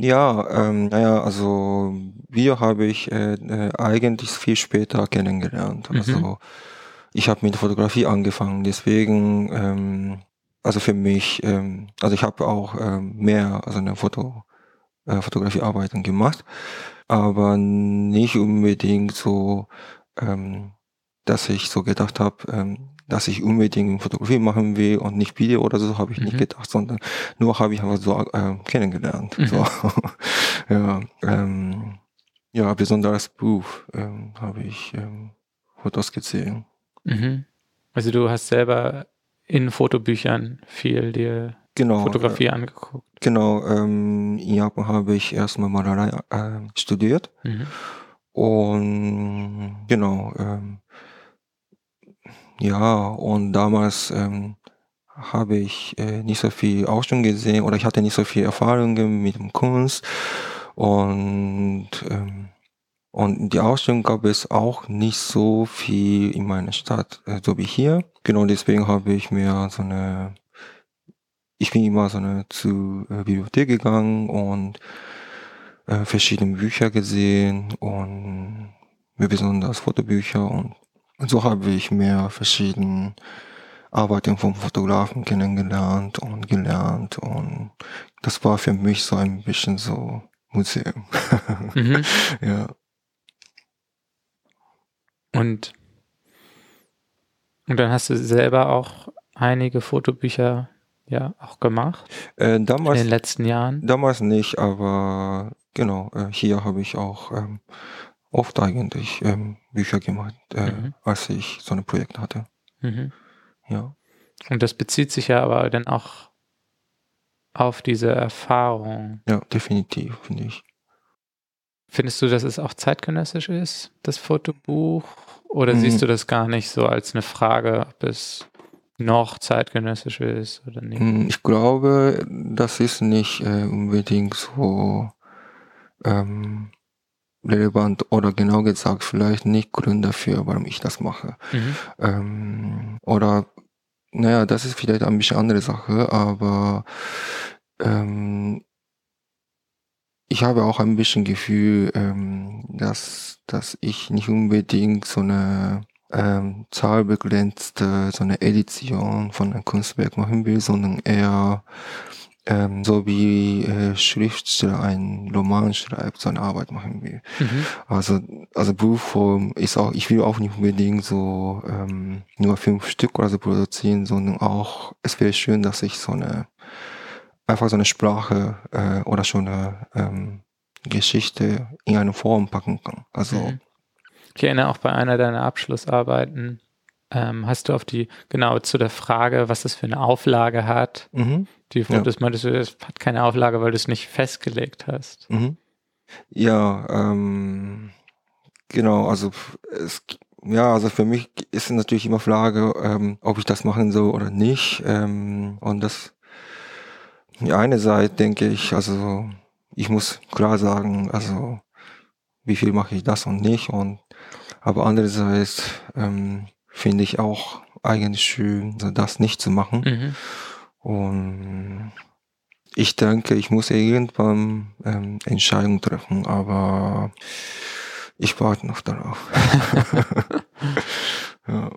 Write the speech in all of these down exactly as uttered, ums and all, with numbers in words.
Ja, ähm, naja, also Video habe ich äh, äh, eigentlich viel später kennengelernt. Mhm. Also ich habe mit Fotografie angefangen, deswegen, ähm, also für mich, ähm, also ich habe auch ähm, mehr, also eine Foto, äh, Fotografiearbeiten gemacht, aber nicht unbedingt so, ähm, dass ich so gedacht habe, ähm, dass ich unbedingt Fotografie machen will und nicht Video oder so, habe ich nicht Mhm. gedacht, sondern nur habe ich einfach so äh, kennengelernt. Mhm. So. Ja, ähm, ja, besonders Beruf ähm, habe ich ähm, Fotos gesehen. Mhm. Also du hast selber in Fotobüchern viel dir Genau, äh, Fotografie angeguckt. genau. Ähm, in Japan habe ich erstmal Malerei äh, studiert Mhm. und genau, ähm, ja, und damals ähm, habe ich äh, nicht so viel Ausstellung gesehen oder ich hatte nicht so viel Erfahrungen mit dem Kunst und ähm, und die Ausstellung gab es auch nicht so viel in meiner Stadt, äh, so wie hier. Genau deswegen habe ich mir so eine, ich bin immer so eine zu äh, Bibliothek gegangen und äh, verschiedene Bücher gesehen und mir besonders Fotobücher und, und so habe ich mehr verschiedene Arbeiten vom Fotografen kennengelernt und gelernt und das war für mich so ein bisschen so Museum. Mhm. Ja. Und, und dann hast du selber auch einige Fotobücher ja auch gemacht Äh, in den damals, letzten Jahren. damals nicht, aber genau, äh, hier habe ich auch ähm, oft eigentlich ähm, Bücher gemacht, äh, Mhm. als ich so ein Projekt hatte. Mhm. Ja, Und das bezieht sich ja aber dann auch auf diese Erfahrung. ja, definitiv, finde ich. Findest du, dass es auch zeitgenössisch ist, das Fotobuch? Oder Mm, siehst du das gar nicht so als eine Frage, ob es noch zeitgenössisch ist oder nicht? mm, Ich glaube, das ist nicht äh, unbedingt so ähm, relevant oder genau gesagt vielleicht nicht Grund dafür, warum ich das mache. Mhm. Ähm, oder naja, das ist vielleicht ein bisschen andere Sache, aber ähm, ich habe auch ein bisschen Gefühl, ähm, dass, dass ich nicht unbedingt so eine ähm, zahlbegrenzte, so eine Edition von einem Kunstwerk machen will, sondern eher ähm, so wie äh, Schriftsteller einen Roman schreibt, so eine Arbeit machen will. Mhm. Also, also Buchform ist auch, ich will auch nicht unbedingt so ähm, nur fünf Stück oder so produzieren, sondern auch, es wäre schön, dass ich so eine einfach so eine Sprache äh, oder schon eine ähm, Geschichte in eine Form packen kann. Also, Mhm. Ich erinnere auch bei einer deiner Abschlussarbeiten, ähm, hast du auf die, genau zu der Frage, was das für eine Auflage hat, mhm, die ja, Fotos meintest du, das hat keine Auflage, weil du es nicht festgelegt hast. mhm. Ja, ähm, genau, also f- es, ja, also für mich ist es natürlich immer Frage, ähm, ob ich das machen soll oder nicht. Ähm, und das, die eine Seite denke ich, also ich muss klar sagen, also wie viel mache ich das und nicht. Und aber andererseits ähm, finde ich auch eigentlich schön, so das nicht zu machen. Mhm. Und ich denke, ich muss irgendwann ähm, Entscheidungen treffen, aber ich warte noch darauf. Ja.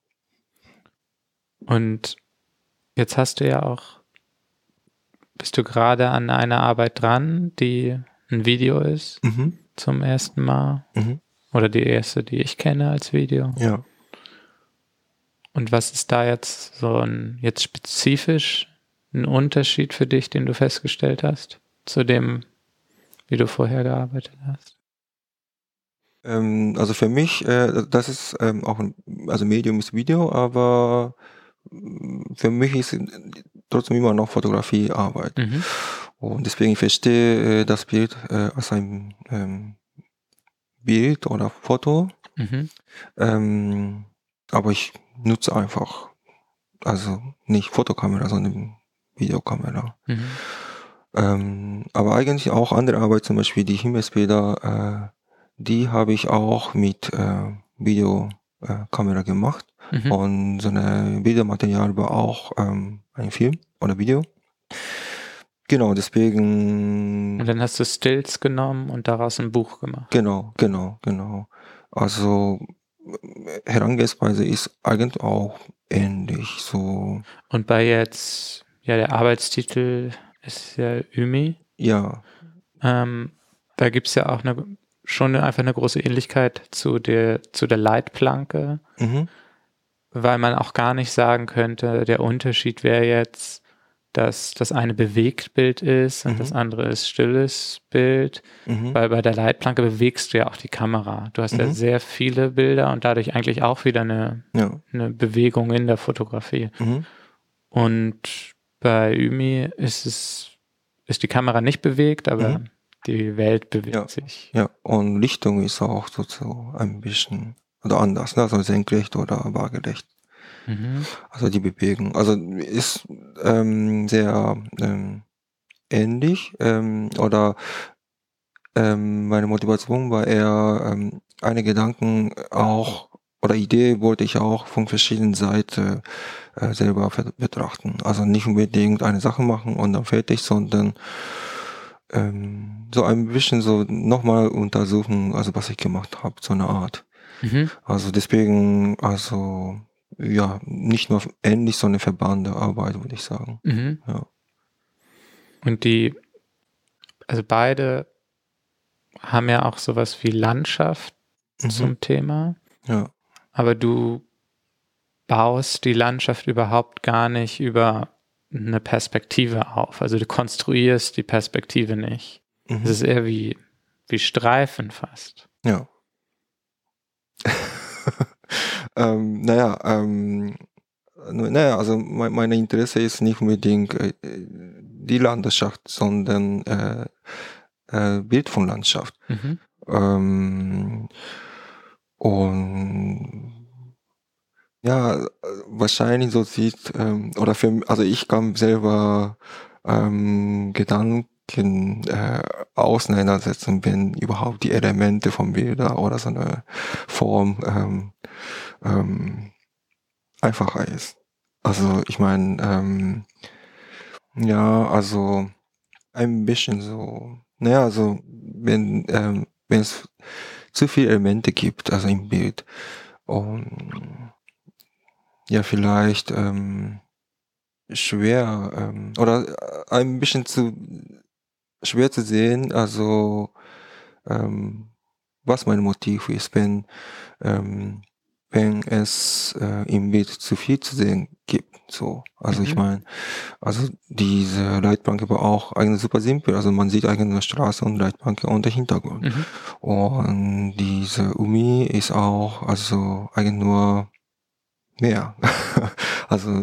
Und jetzt hast du ja auch, bist du gerade an einer Arbeit dran, die ein Video ist Mhm. zum ersten Mal Mhm. oder die erste, die ich kenne als Video. Ja. Und was ist da jetzt so ein, jetzt spezifisch ein Unterschied für dich, den du festgestellt hast, zu dem, wie du vorher gearbeitet hast? Ähm, also für mich, äh, das ist ähm, auch ein, also Medium ist Video, aber mm, für mich ist trotzdem immer noch Fotografiearbeit. Mhm. Und deswegen ich verstehe äh, das Bild äh, als ein ähm, Bild oder Foto. Mhm. Ähm, aber ich nutze einfach, also nicht Fotokamera, sondern Videokamera. Mhm. Ähm, aber eigentlich auch andere Arbeit, zum Beispiel die Himmelsbilder, äh, die habe ich auch mit äh, Videokamera äh, Kamera gemacht. Mhm. Und so eine Videomaterial war auch ähm, ein Film oder Video. Genau, deswegen. Und dann hast du Stills genommen und daraus ein Buch gemacht. Genau, genau, genau. Also Herangehensweise ist eigentlich auch ähnlich. So. Und bei jetzt, ja, der Arbeitstitel ist ja Ümi. Ja. Ähm, da gibt es ja auch eine, schon einfach eine große Ähnlichkeit zu der, zu der Leitplanke, Mhm. weil man auch gar nicht sagen könnte, der Unterschied wäre jetzt, dass das eine Bewegtbild ist und Mhm. das andere ist stilles Bild, Mhm. weil bei der Leitplanke bewegst du ja auch die Kamera. Du hast Mhm. ja sehr viele Bilder und dadurch eigentlich auch wieder eine, Ja. eine Bewegung in der Fotografie. Mhm. Und bei Ümi ist es, ist die Kamera nicht bewegt, aber Mhm. die Welt bewegt Ja. sich. Ja, und Lichtung ist auch so, so ein bisschen oder anders, ne? Also senkrecht oder waagerecht. Mhm. Also die Bewegung. Also ist ähm, sehr ähm, ähnlich ähm, oder ähm, meine Motivation war eher ähm, eine Gedanken auch oder Idee wollte ich auch von verschiedenen Seiten äh, selber ver- betrachten. Also nicht unbedingt eine Sache machen und dann fertig, sondern ähm, so ein bisschen so nochmal untersuchen, also was ich gemacht habe, so eine Art. Mhm. Also deswegen, also ja, nicht nur ähnlich, sondern verbannte Arbeit, würde ich sagen. Mhm. Ja. Und die, also beide haben ja auch sowas wie Landschaft Mhm. zum Thema, Ja. aber du baust die Landschaft überhaupt gar nicht über eine Perspektive auf. Also du konstruierst die Perspektive nicht. Es Mhm. ist eher wie, wie Streifen fast. Ja. ähm, naja, ähm, naja, also mein, mein Interesse ist nicht unbedingt äh, die Landschaft, sondern äh, äh, Bild von Landschaft. Mhm. Ähm, und ja, äh, wahrscheinlich so sieht, ähm, oder für m- also ich kann selber ähm, Gedanken äh, auseinandersetzen, wenn überhaupt die Elemente vom Bilder oder so eine Form ähm, ähm, einfacher ist. Also ich meine, ähm, ja, also ein bisschen so, naja, also wenn ähm, wenn es zu viele Elemente gibt, also im Bild und ja vielleicht ähm, schwer ähm, oder äh, ein bisschen zu schwer zu sehen, also ähm, was mein Motiv ist, wenn ähm, wenn es äh, im Bild zu viel zu sehen gibt. So, also ich Mhm. meine, also diese Leitplanke war auch eigentlich super simpel. Also man sieht eigentlich nur Straße und Leitplanke und der Hintergrund. Mhm. Und diese Umi ist auch also eigentlich nur Meer. Also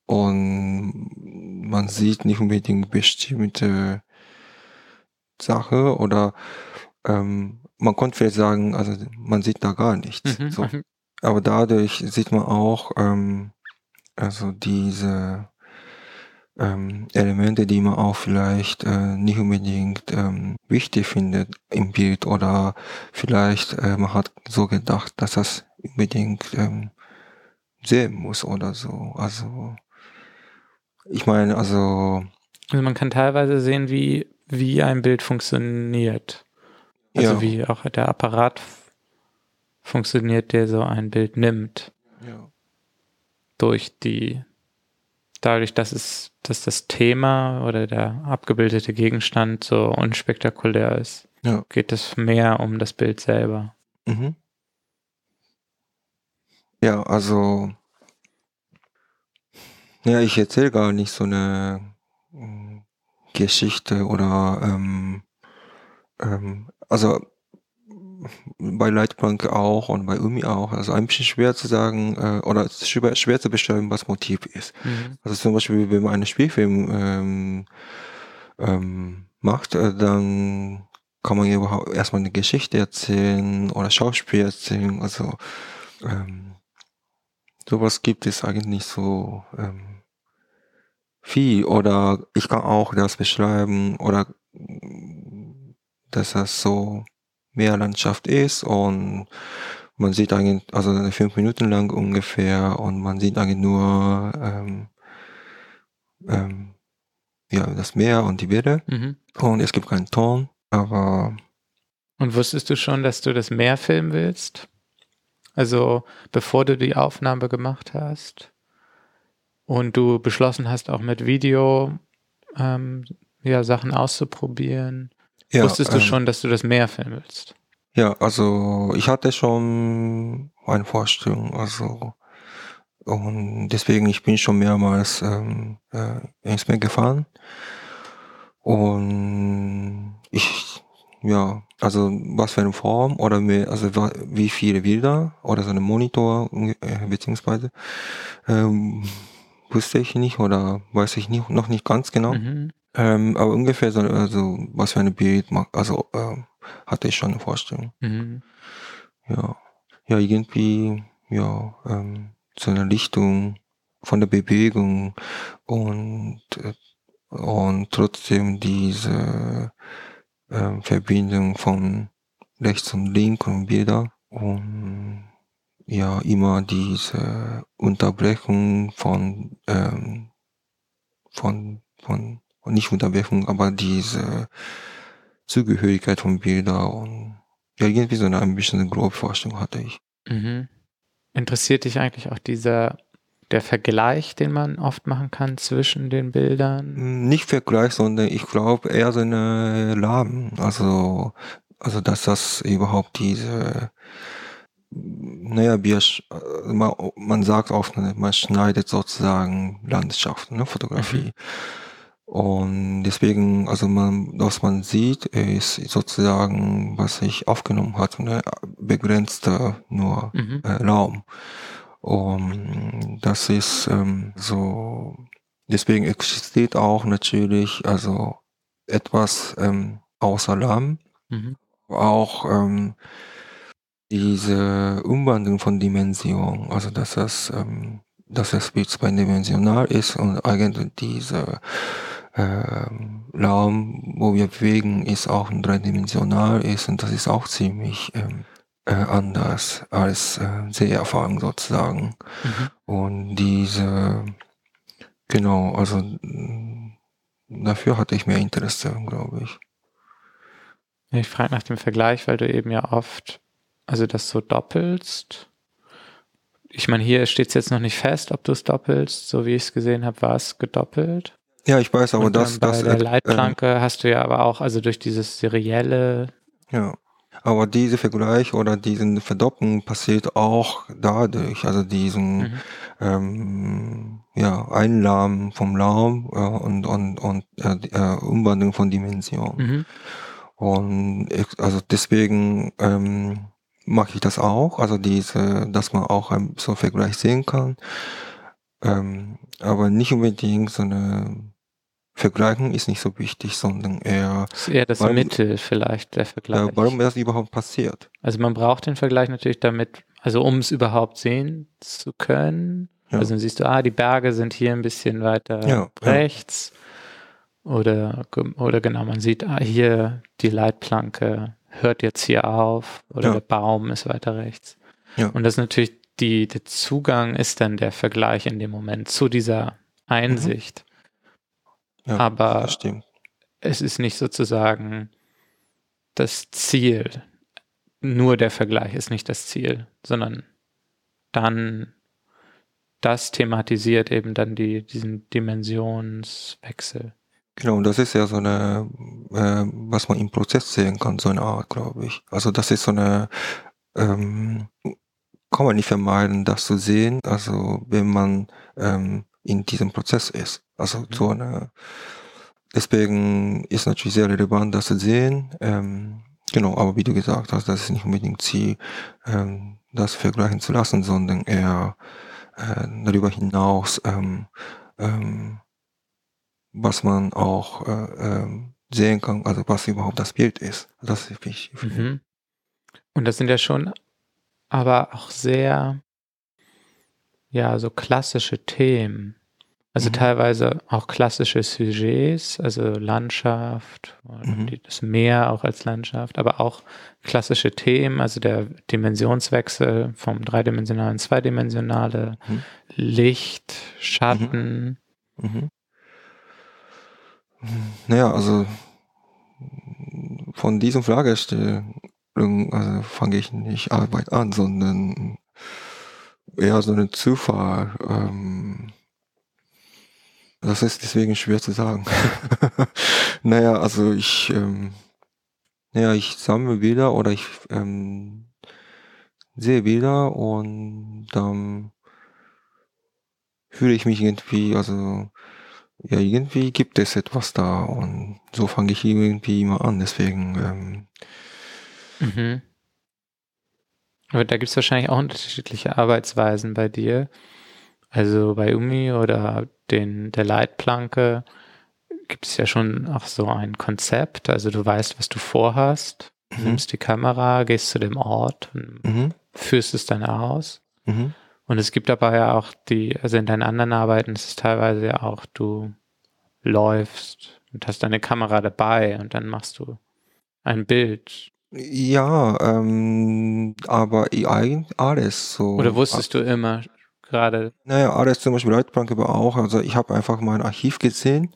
und man sieht nicht unbedingt bestimmte Sache oder ähm, man konnte vielleicht sagen, also man sieht da gar nichts. Mhm. So. Aber dadurch sieht man auch ähm, also diese ähm, Elemente, die man auch vielleicht äh, nicht unbedingt ähm, wichtig findet im Bild oder vielleicht äh, man hat so gedacht, dass das unbedingt ähm, sehen muss oder so. Also ich meine, also Also man kann teilweise sehen, wie, wie ein Bild funktioniert. Also ja, wie auch der Apparat f- funktioniert, der so ein Bild nimmt. ja, Durch die, dadurch, dass es, dass das Thema oder der abgebildete Gegenstand so unspektakulär ist, ja, geht es mehr um das Bild selber. mhm. Ja, also ja, ich erzähle gar nicht so eine mm, Geschichte oder ähm, ähm, also bei Leitplanke auch und bei Umi auch. Also ein bisschen schwer zu sagen äh, oder es ist schwer, schwer zu beschreiben, was Motiv ist. Mhm. Also zum Beispiel, wenn man einen Spielfilm ähm, ähm, macht, äh, dann kann man ja überhaupt erstmal eine Geschichte erzählen oder Schauspiel erzählen. Also ähm, sowas gibt es eigentlich nicht so ähm, viel. Oder ich kann auch das beschreiben oder mm, dass das so Meerlandschaft ist und man sieht eigentlich, also fünf Minuten lang ungefähr und man sieht eigentlich nur ähm, ähm, ja, das Meer und die Welle. Mhm. Und es gibt keinen Ton, aber... Und wusstest du schon, dass du das Meer filmen willst? Also bevor du die Aufnahme gemacht hast und du beschlossen hast, auch mit Video ähm, ja, Sachen auszuprobieren, Ja, wusstest du ähm, schon, dass du das Meer filmen willst? ja, also ich hatte schon eine Vorstellung, also und deswegen ich bin schon mehrmals ähm, äh, ins Meer gefahren und ich ja, also was für eine Form oder mehr, also wa- wie viele Bilder oder so ein Monitor unge- äh, beziehungsweise ähm, wusste ich nicht oder weiß ich nicht, noch nicht ganz genau. Mhm. Ähm, aber ungefähr so, also was für ein Bild, ma- also ähm, hatte ich schon eine Vorstellung. Mhm. Ja, ja, irgendwie, ja, ähm, so eine Richtung von der Bewegung und, äh, und trotzdem diese ähm, Verbindung von rechts und links und Bilder und ja, immer diese Unterbrechung von, ähm, von, von, nicht Unterbrechung, aber diese Zugehörigkeit von Bilder und ja, irgendwie so eine ein bisschen eine grobe Vorstellung hatte ich. Mhm. Interessiert dich eigentlich auch dieser, der Vergleich, den man oft machen kann zwischen den Bildern? Nicht Vergleich, sondern ich glaube eher so eine Laben. Also, also dass das überhaupt diese, naja, wir, sch- äh, man, man sagt oft, ne, man schneidet sozusagen Landschaften, ne, Mhm. Fotografie. Und deswegen, also man, was man sieht, ist sozusagen, was sich aufgenommen hat, ne, begrenzter nur Mhm. äh, Raum. Und das ist ähm, so, deswegen existiert auch natürlich, also etwas ähm, außer Raum, Mhm. auch ähm, diese Umwandlung von Dimension, also dass das, ähm, dass das Bild zweidimensional ist und eigentlich dieser ähm, Raum, wo wir bewegen, ist auch ein dreidimensional ist und das ist auch ziemlich ähm, äh, anders als äh, Seherfahrung sozusagen. Mhm. Und diese, genau, also mh, dafür hatte ich mehr Interesse, glaube ich. Ich frage nach dem Vergleich, weil du eben ja oft, also das so doppelst. Ich meine, hier steht es jetzt noch nicht fest, ob du es doppelst. So wie ich es gesehen habe, war es gedoppelt. Ja, ich weiß, aber Und das, dann bei das, der äh, ähm, Leitplanke hast du ja aber auch, also durch dieses serielle. ja. Aber dieser Vergleich oder diesen Verdopplung passiert auch dadurch, also diesen Mhm. ähm, ja, Einrahmen vom Raum äh, und, und, und äh, die, äh, Umwandlung von Dimensionen. Mhm. Und ich, also deswegen ähm, mag ich das auch, also diese, dass man auch ein, so einen Vergleich sehen kann. Ähm, aber nicht unbedingt so eine Vergleichen ist nicht so wichtig, sondern eher, Das ist eher das warum, Mittel vielleicht, der ja, warum Vergleich. das überhaupt passiert. Also man braucht den Vergleich natürlich damit, also um es überhaupt sehen zu können. Ja, Also dann siehst du, ah, die Berge sind hier ein bisschen weiter ja, ja, rechts. Oder, ge- oder genau, man sieht, ah, hier die Leitplanke hört jetzt hier auf oder der ja, Baum ist weiter rechts. ja, Und das ist natürlich, die, der Zugang ist dann der Vergleich in dem Moment zu dieser mhm, Einsicht. ja, das Aber stimmt. es ist nicht sozusagen das Ziel. Nur der Vergleich ist nicht das Ziel, sondern dann das thematisiert eben dann die, diesen Dimensionswechsel. Genau, und das ist ja so eine, äh, was man im Prozess sehen kann, so eine Art, glaube ich. Also das ist so eine, ähm, kann man nicht vermeiden, das zu sehen, also wenn man ähm, in diesem Prozess ist. Also Mhm. so eine, deswegen ist natürlich sehr relevant, das zu sehen. Ähm, genau, aber wie du gesagt hast, das ist nicht unbedingt Ziel, ähm, das vergleichen zu lassen, sondern eher äh, darüber hinaus, ähm, ähm, was man auch äh, ähm, sehen kann, also was überhaupt das Bild ist. Das ist wichtig für mich. Mhm. Und das sind ja schon aber auch sehr, ja, so klassische Themen. Also Mhm. teilweise auch klassische Sujets, also Landschaft, und Mhm. die- das Meer auch als Landschaft, aber auch klassische Themen, also der Dimensionswechsel vom dreidimensionalen ins zweidimensionale, Mhm. Licht, Mhm. Schatten. Mhm. Naja, also von diesem Fragestellung also fange ich nicht Arbeit an, sondern eher so ein Zufall. Ähm, das ist deswegen schwer zu sagen. Naja, also ich, ähm, naja, ich sammle Bilder oder ich ähm, sehe Bilder und dann fühle ich mich irgendwie, also ja, irgendwie gibt es etwas da und so fange ich irgendwie immer an. Deswegen, ähm, Mhm. Aber da gibt es wahrscheinlich auch unterschiedliche Arbeitsweisen bei dir. Also bei Umi oder den, der Leitplanke gibt es ja schon auch so ein Konzept. Also du weißt, was du vorhast, mhm, nimmst die Kamera, gehst zu dem Ort und mhm, führst es dann aus. mhm, Und es gibt aber ja auch die, also in deinen anderen Arbeiten ist es teilweise ja auch, du läufst und hast deine Kamera dabei und dann machst du ein Bild. ja, ähm, aber i- eigentlich alles Oder so. a- wusstest du immer gerade, Naja, alles zum Beispiel Leitplank aber auch. Also ich habe einfach mein Archiv gesehen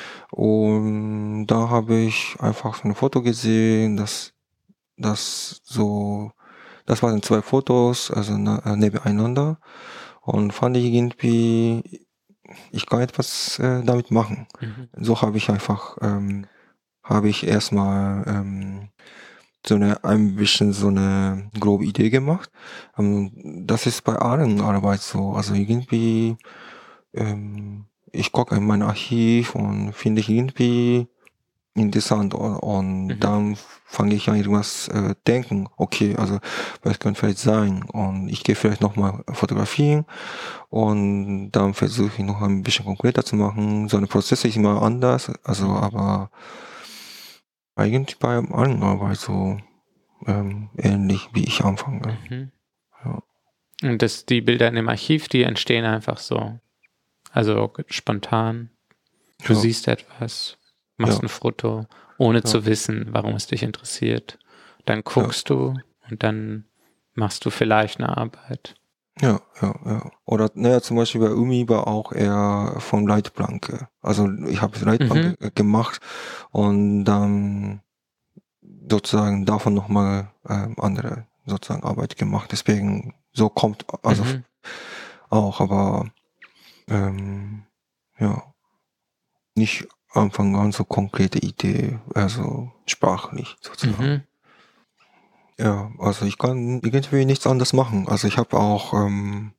und da habe ich einfach so ein Foto gesehen, das, das so, das waren zwei Fotos, also na, äh, nebeneinander und fand ich irgendwie, ich kann etwas äh, damit machen. mhm. So habe ich einfach, ähm, habe ich erstmal ähm, so eine ein bisschen so eine grobe Idee gemacht. Ähm, das ist bei allen Arbeit so. Also irgendwie, ähm, ich gucke in mein Archiv und finde ich irgendwie interessant und, und Mhm. dann fange ich an irgendwas äh, denken. Okay, also was könnte vielleicht sein? Und ich gehe vielleicht nochmal fotografieren und dann versuche ich noch ein bisschen konkreter zu machen. So eine Prozesse ist immer anders, also Mhm. aber eigentlich bei allen Arbeit so ähm, ähnlich wie ich anfange. Mhm. Ja, Und das, die Bilder in dem Archiv, die entstehen einfach so. Also spontan. Du ja, siehst etwas, ja, machst ein Foto, ohne ja, zu wissen, warum es dich interessiert. Dann ja, guckst du und dann machst du vielleicht eine Arbeit. ja, ja, ja. Oder naja, zum Beispiel bei Umi war auch eher von Leitplanke. Also ich habe Mhm. Leitplanke äh, gemacht und dann sozusagen davon nochmal ähm, andere sozusagen Arbeit gemacht. Deswegen so kommt also Mhm. auch, aber ähm, ja, nicht Anfang an so konkrete Idee, also sprachlich sozusagen. Mhm. Ja, also ich kann irgendwie nichts anderes machen. Also ich habe auch ähm,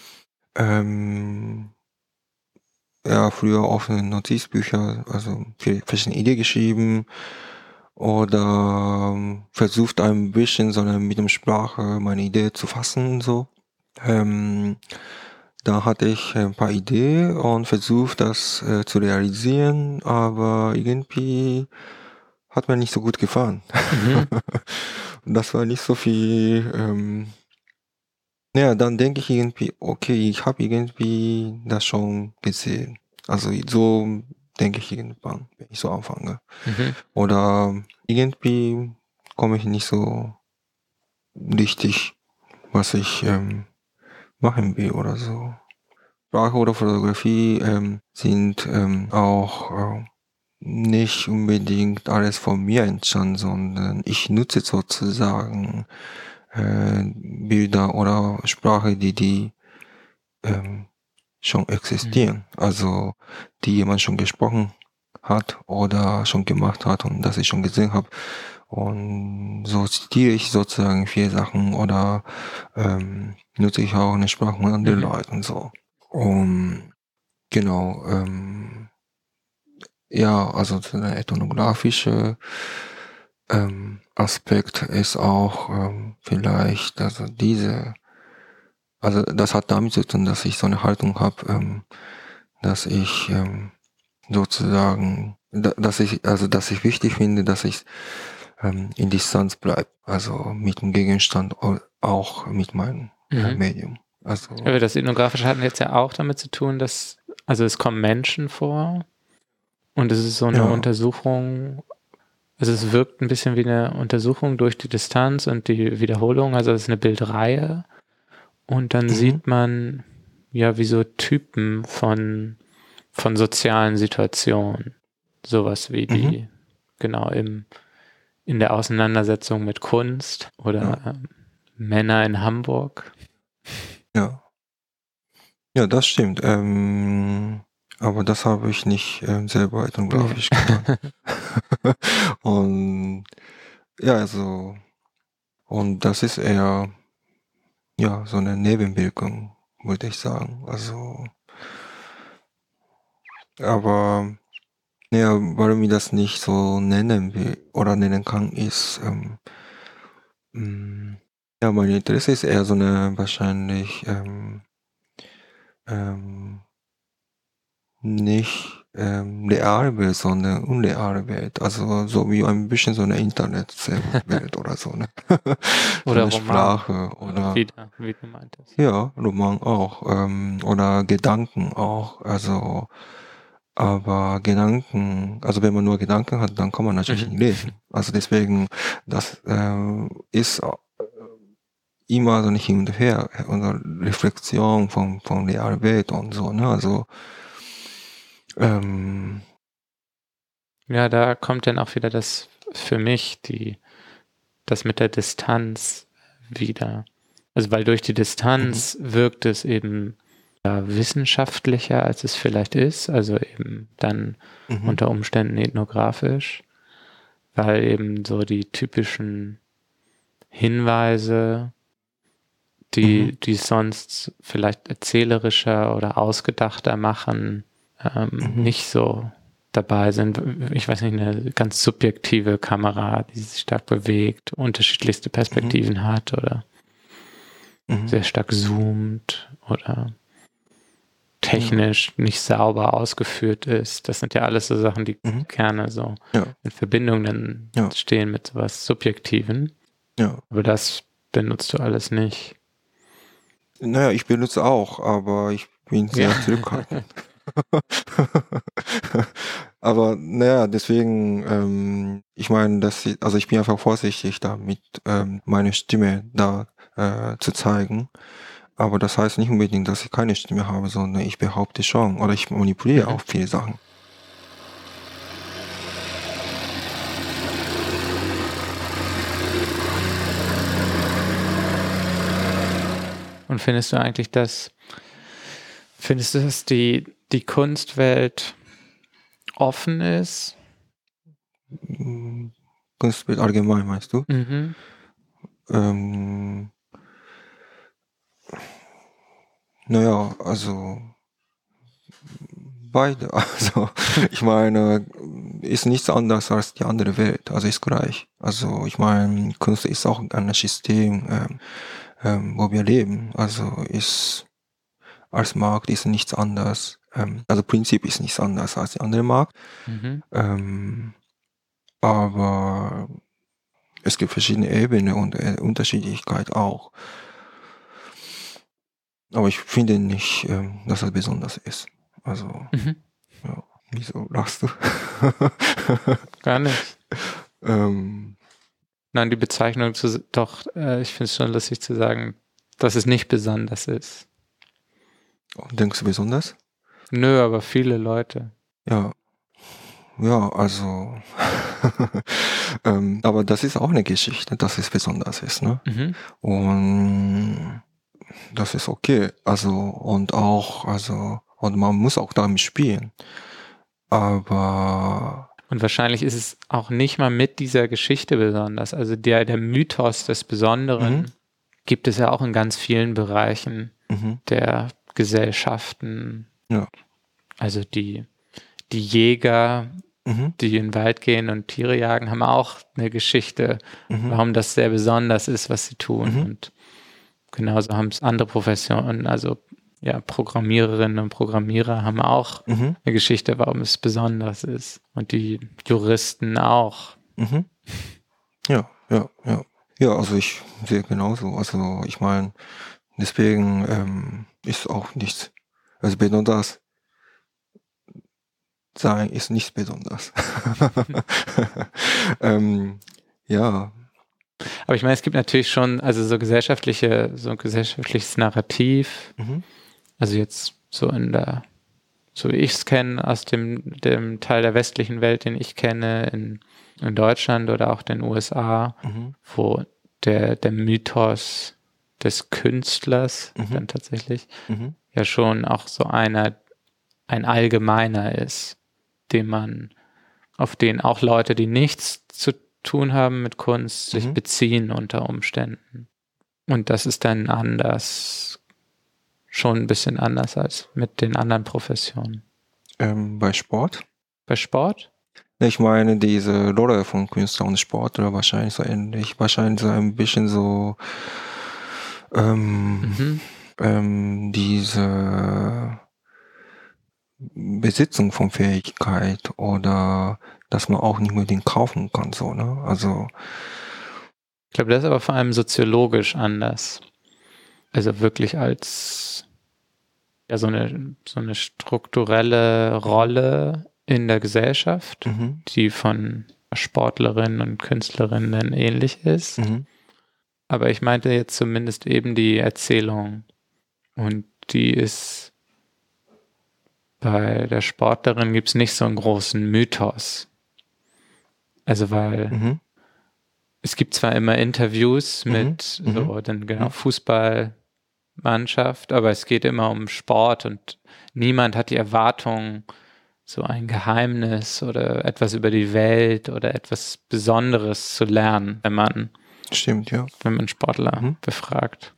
ähm, ja früher offene Notizbücher, also für verschiedene Ideen geschrieben oder ähm, versucht ein bisschen so eine mit dem Sprache meine Idee zu fassen so. Ähm, da hatte ich ein paar Ideen und versucht das äh, zu realisieren, aber irgendwie hat mir nicht so gut gefallen. Mhm. Und das war nicht so viel ähm, ja, dann denke ich irgendwie, okay, ich habe irgendwie das schon gesehen. Also so denke ich irgendwann, wenn ich so anfange. Mhm. Oder irgendwie komme ich nicht so richtig, was ich ähm, machen will oder so. Sprache oder Fotografie ähm, sind ähm, auch äh, nicht unbedingt alles von mir entstanden, sondern ich nutze sozusagen äh, Bilder oder Sprache, die die ähm, schon Mhm. existieren. Also die jemand schon gesprochen hat oder schon gemacht hat und das ich schon gesehen habe. Und so zitiere ich sozusagen vier Sachen oder ähm, nutze ich auch eine Sprache von anderen Mhm. Leuten so. Und genau, ähm, ja, also so eine ethnografische ähm, Aspekt ist auch ähm, vielleicht, also diese, also das hat damit zu tun, dass ich so eine Haltung habe, ähm, dass ich ähm, sozusagen, da, dass ich, also dass ich wichtig finde, dass ich ähm, in Distanz bleibe, also mit dem Gegenstand, au- auch mit meinem äh, Mhm. Medium. Also Aber das Ethnografische hat jetzt ja auch damit zu tun, dass, also es kommen Menschen vor und es ist so eine ja, Untersuchung, also es wirkt ein bisschen wie eine Untersuchung durch die Distanz und die Wiederholung, also es ist eine Bildreihe und dann mhm, sieht man ja wie so Typen von, von sozialen Situationen. sowas wie die, Mhm. genau, im, in der Auseinandersetzung mit Kunst oder Ja. ähm, Männer in Hamburg. Ja. Ja, das stimmt. Ähm, aber das habe ich nicht ähm, selber ethnografisch getan. Und ja, also, und das ist eher ja so eine Nebenwirkung, würde ich sagen. Also, aber ja, warum ich das nicht so nennen will oder nennen kann, ist, ähm, mh, ja, mein Interesse ist eher so eine wahrscheinlich ähm, ähm, nicht ähm, reale Welt, sondern unreale Welt. Also so wie ein bisschen so eine Internetwelt oder so, ne? So Oder eine Roman, Sprache oder wieder, wie du meintest. ja, Roman auch. Ähm, oder Gedanken auch. Also aber Gedanken, also wenn man nur Gedanken hat, dann kann man natürlich Mhm. nicht lesen. Also deswegen, das äh, ist äh, immer so ein Hin und Her, eine Reflexion von, von realer Welt und so, ne? Also ähm, Ja, da kommt dann auch wieder das für mich, die, das mit der Distanz wieder. Also weil durch die mhm, Distanz wirkt es eben ja, wissenschaftlicher, als es vielleicht ist, also eben dann mhm, unter Umständen ethnografisch, weil eben so die typischen Hinweise, mhm, die die es sonst vielleicht erzählerischer oder ausgedachter machen, ähm, mhm, nicht so dabei sind. Ich weiß nicht, eine ganz subjektive Kamera, die sich stark bewegt, unterschiedlichste mhm, Perspektiven hat oder mhm, sehr stark zoomt oder ja, technisch nicht sauber ausgeführt ist. Das sind ja alles so Sachen, die mhm, gerne so ja, in Verbindung dann ja, stehen mit sowas Subjektiven. ja. Aber das benutzt du alles nicht. Naja, ich benutze auch, aber ich bin Ja. sehr zurückhaltend. Aber naja, deswegen, ähm, ich meine, dass ich, also ich bin einfach vorsichtig damit, ähm, meine Stimme da äh, zu zeigen. Aber das heißt nicht unbedingt, dass ich keine Stimme habe, sondern ich behaupte schon oder ich manipuliere Mhm. auch viele Sachen. Und findest du eigentlich, dass, findest du, dass die, die Kunstwelt offen ist? Mm, Kunstbild allgemein, meinst du? Mhm. Ähm, naja, also beide. Also ich meine, ist nichts anderes als die andere Welt. Also ist gleich. Also ich meine, Kunst ist auch ein System, ähm, ähm, wo wir leben. Also ist als Markt ist nichts anderes. Ähm, also Prinzip ist nichts anderes als die andere Markt. Mhm. Ähm, aber es gibt verschiedene Ebenen und äh, Unterschiedlichkeit auch. Aber ich finde nicht, ähm, dass das besonders ist. Also, Mhm. ja, wieso lachst du? Gar nicht. ähm, Nein, die Bezeichnung zu, doch, äh, ich finde es schon lustig zu sagen, dass es nicht besonders ist. denkst du besonders? Nö, aber viele Leute. Ja, ja, also, ähm, aber das ist auch eine Geschichte, dass es besonders ist, ne? Mhm. Und das ist okay. Also, und auch, also, und man muss auch damit spielen. Aber, Und wahrscheinlich ist es auch nicht mal mit dieser Geschichte besonders. Also der, der Mythos des mhm, Besonderen gibt es ja auch in ganz vielen Bereichen mhm, der Gesellschaften. ja, Also die, die Jäger, mhm, die in den Wald gehen und Tiere jagen, haben auch eine Geschichte, mhm, warum das sehr besonders ist, was sie tun. mhm, Und genauso haben es andere Professionen, also ja, Programmiererinnen und Programmierer haben auch mhm, eine Geschichte, warum es besonders ist. Und die Juristen auch. mhm. Ja, ja, ja. Ja, also ich sehe genauso. Also ich meine, deswegen ähm, ist auch nichts. Also besonders sein ist nicht besonders. ähm, ja. Aber ich meine, es gibt natürlich schon, also so gesellschaftliche, so ein gesellschaftliches Narrativ, Mhm, also jetzt so in der so wie ich es kenne, aus dem, dem Teil der westlichen Welt, den ich kenne, in, in Deutschland oder auch den U S A, Mhm. wo der, der Mythos des Künstlers Mhm. dann tatsächlich Mhm. ja schon auch so einer, ein allgemeiner ist, den man, auf den auch Leute, die nichts zu tun haben mit Kunst, sich Mhm. beziehen unter Umständen. Und das ist dann anders, schon ein bisschen anders als mit den anderen Professionen. Ähm, bei Sport? Bei Sport? Ich meine, diese Rolle von Künstler und Sportler wahrscheinlich so ähnlich. Wahrscheinlich so ein bisschen so ähm, Mhm. ähm, diese Besitzung von Fähigkeit oder dass man auch nicht mehr den kaufen kann, so, ne? Also, Ich glaube, das ist aber vor allem soziologisch anders. Also wirklich als ja, so eine, so eine strukturelle Rolle in der Gesellschaft, mhm, die von Sportlerinnen und Künstlerinnen ähnlich ist. mhm, Aber ich meinte jetzt zumindest eben die Erzählung. Und die ist bei der Sportlerin gibt es nicht so einen großen Mythos. Also weil mhm, es gibt zwar immer Interviews mhm, mit mhm, so dann genau mhm. Fußballmannschaft, aber es geht immer um Sport und niemand hat die Erwartung, so ein Geheimnis oder etwas über die Welt oder etwas Besonderes zu lernen, wenn man, Stimmt, ja. wenn man Sportler Mhm. befragt.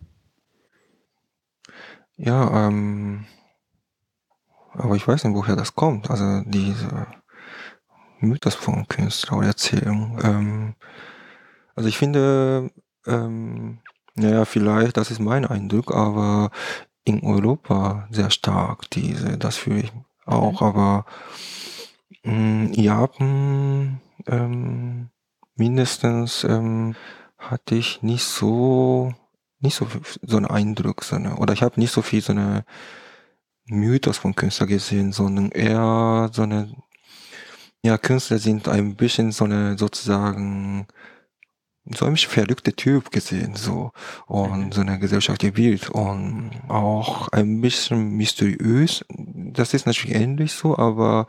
Ja, ähm, aber ich weiß nicht, woher das kommt. Also diese Mythos von Künstler oder Erzählung. Ähm, also ich finde, ähm, naja, vielleicht, das ist mein Eindruck, aber in Europa sehr stark, diese, das fühle ich auch, Mhm. aber mh, Japan ähm, mindestens ähm, hatte ich nicht so nicht so so einen Eindruck, so eine, oder ich habe nicht so viel so eine Mythos von Künstler gesehen, sondern eher so eine, ja, Künstler sind ein bisschen so eine sozusagen so ein bisschen verrückter Typ gesehen, so, und Mhm. so eine gesellschaftliche Bild und auch ein bisschen mysteriös. Das ist natürlich ähnlich so, aber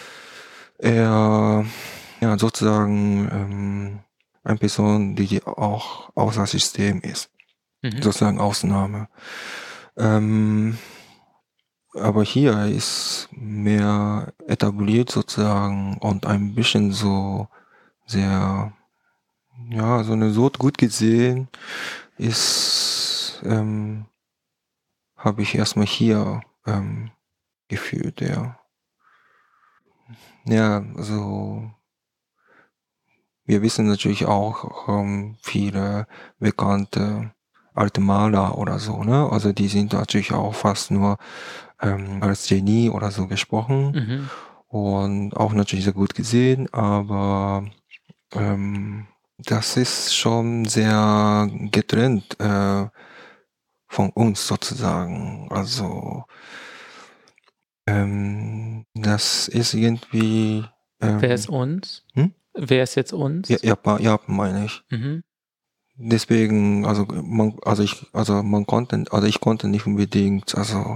er, ja, sozusagen ähm, eine Person, die auch außer System ist, Mhm. sozusagen Ausnahme. Ähm, aber hier ist mehr etabliert sozusagen und ein bisschen so sehr, ja, so eine so gut gesehen ist, ähm, habe ich erstmal hier ähm, gefühlt, ja. Ja, also wir wissen natürlich auch ähm, viele bekannte alte Maler oder so, ne? Also die sind natürlich auch fast nur ähm, als Genie oder so gesprochen Mhm. und auch natürlich sehr gut gesehen, aber ähm, das ist schon sehr getrennt äh, von uns sozusagen. Also ähm, das ist irgendwie Wer ähm, ist uns? hm? Wer ist jetzt Ja, uns? Japan, Japan meine ich. Mhm. Deswegen, also man, also ich, also man konnte, also ich konnte nicht unbedingt, also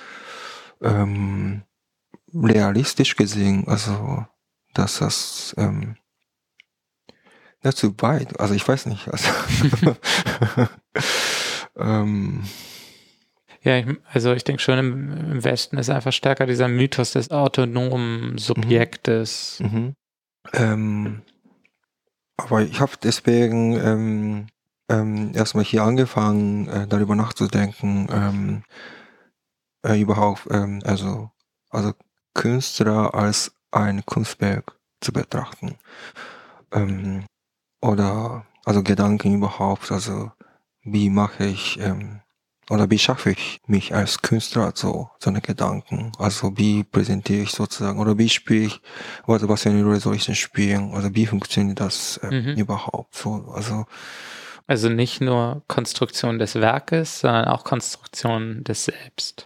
ähm, realistisch gesehen, also dass das ähm, ja, zu weit, also ich weiß nicht, also ähm, Ja, ich, also ich denke schon, im, im Westen ist einfach stärker dieser Mythos des autonomen mhm, Subjektes. mhm. Ähm, aber ich habe deswegen ähm, ähm, erstmal hier angefangen, äh, darüber nachzudenken, ähm, äh, überhaupt, ähm, also, also Künstler als ein Kunstwerk zu betrachten. Ähm, oder also Gedanken überhaupt, also wie mache ich ähm, oder wie schaffe ich mich als Künstler so, so eine Gedanken? Also wie präsentiere ich sozusagen oder wie spiele ich, also was für eine Rolle soll ich denn spielen? Also wie funktioniert das äh, Mhm. überhaupt so? Also Also nicht nur Konstruktion des Werkes, sondern auch Konstruktion des Selbst.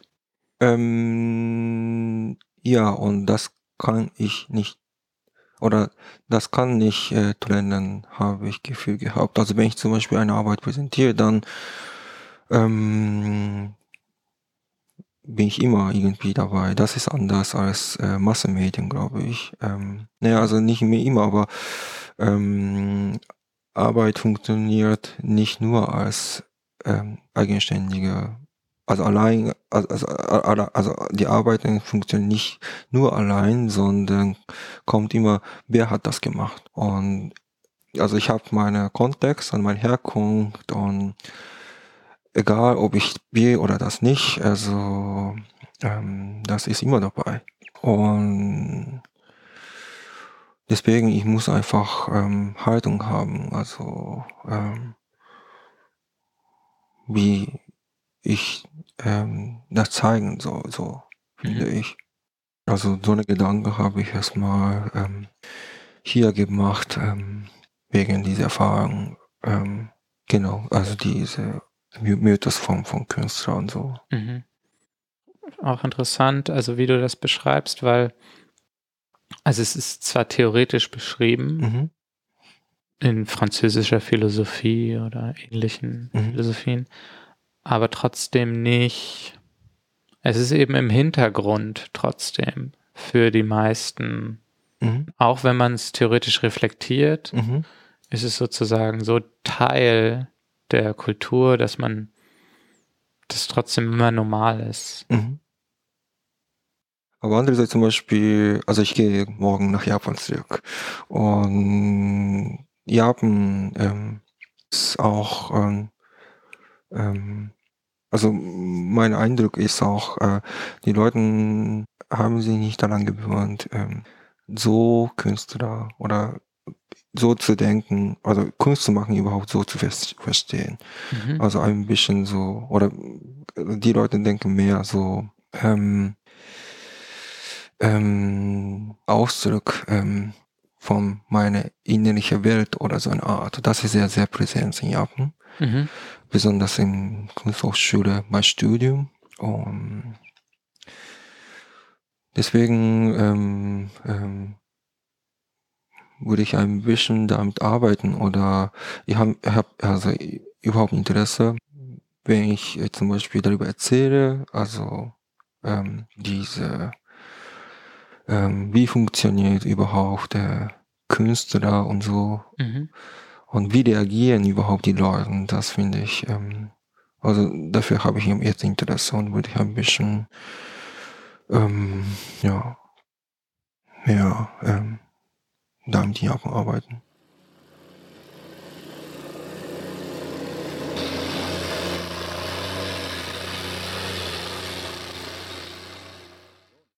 ähm, ja, und das kann ich nicht oder das kann nicht äh, trennen, habe ich Gefühl gehabt. Also wenn ich zum Beispiel eine Arbeit präsentiere, dann ähm, bin ich immer irgendwie dabei. Das ist anders als äh, Massenmedien, glaube ich. Ähm, naja, also nicht mehr immer, aber ähm, Arbeit funktioniert nicht nur als ähm, eigenständige, also allein, also, also, also die Arbeiten funktionieren nicht nur allein, sondern kommt immer, wer hat das gemacht? Und also ich habe meinen Kontext und meine Herkunft und egal, ob ich will oder das nicht, also ähm, das ist immer dabei. Und deswegen, ich muss einfach ähm, Haltung haben, also ähm, wie ich ähm, das zeigen soll, so finde Mhm. ich. Also so eine Gedanke habe ich erstmal ähm, hier gemacht, ähm, wegen dieser Erfahrung. Ähm, genau, also diese My- Mythosform von Künstler und so. Mhm. Auch interessant, also wie du das beschreibst, weil, also es ist zwar theoretisch beschrieben Mhm, in französischer Philosophie oder ähnlichen mhm, Philosophien, aber trotzdem nicht, es ist eben im Hintergrund trotzdem für die meisten, mhm, auch wenn man es theoretisch reflektiert, mhm, ist es sozusagen so Teil der Kultur, dass man das trotzdem immer normal ist. mhm. Aber andererseits zum Beispiel, also ich gehe morgen nach Japan zurück und Japan ähm, ist auch, ähm, ähm, also mein Eindruck ist auch, äh, die Leute haben sich nicht daran gewöhnt, ähm, so Künstler oder so zu denken, also Kunst zu machen, überhaupt so zu vers- verstehen. Mhm. Also ein bisschen so, oder die Leute denken mehr so, ähm, ähm, Ausdruck ähm, von meiner innerlichen Welt oder so eine Art. Das ist sehr, sehr präsent in Japan. Mhm. Besonders in Kunsthochschule, mein Studium. Und deswegen ähm, ähm, würde ich ein bisschen damit arbeiten oder ich habe hab also überhaupt Interesse, wenn ich äh, zum Beispiel darüber erzähle, also ähm, diese ähm, wie funktioniert überhaupt der Künstler und so Mhm. und wie reagieren überhaupt die Leute. Das finde ich, ähm, also dafür habe ich jetzt Interesse und würde ich ein bisschen, ähm, ja, mehr ähm, damit hier arbeiten.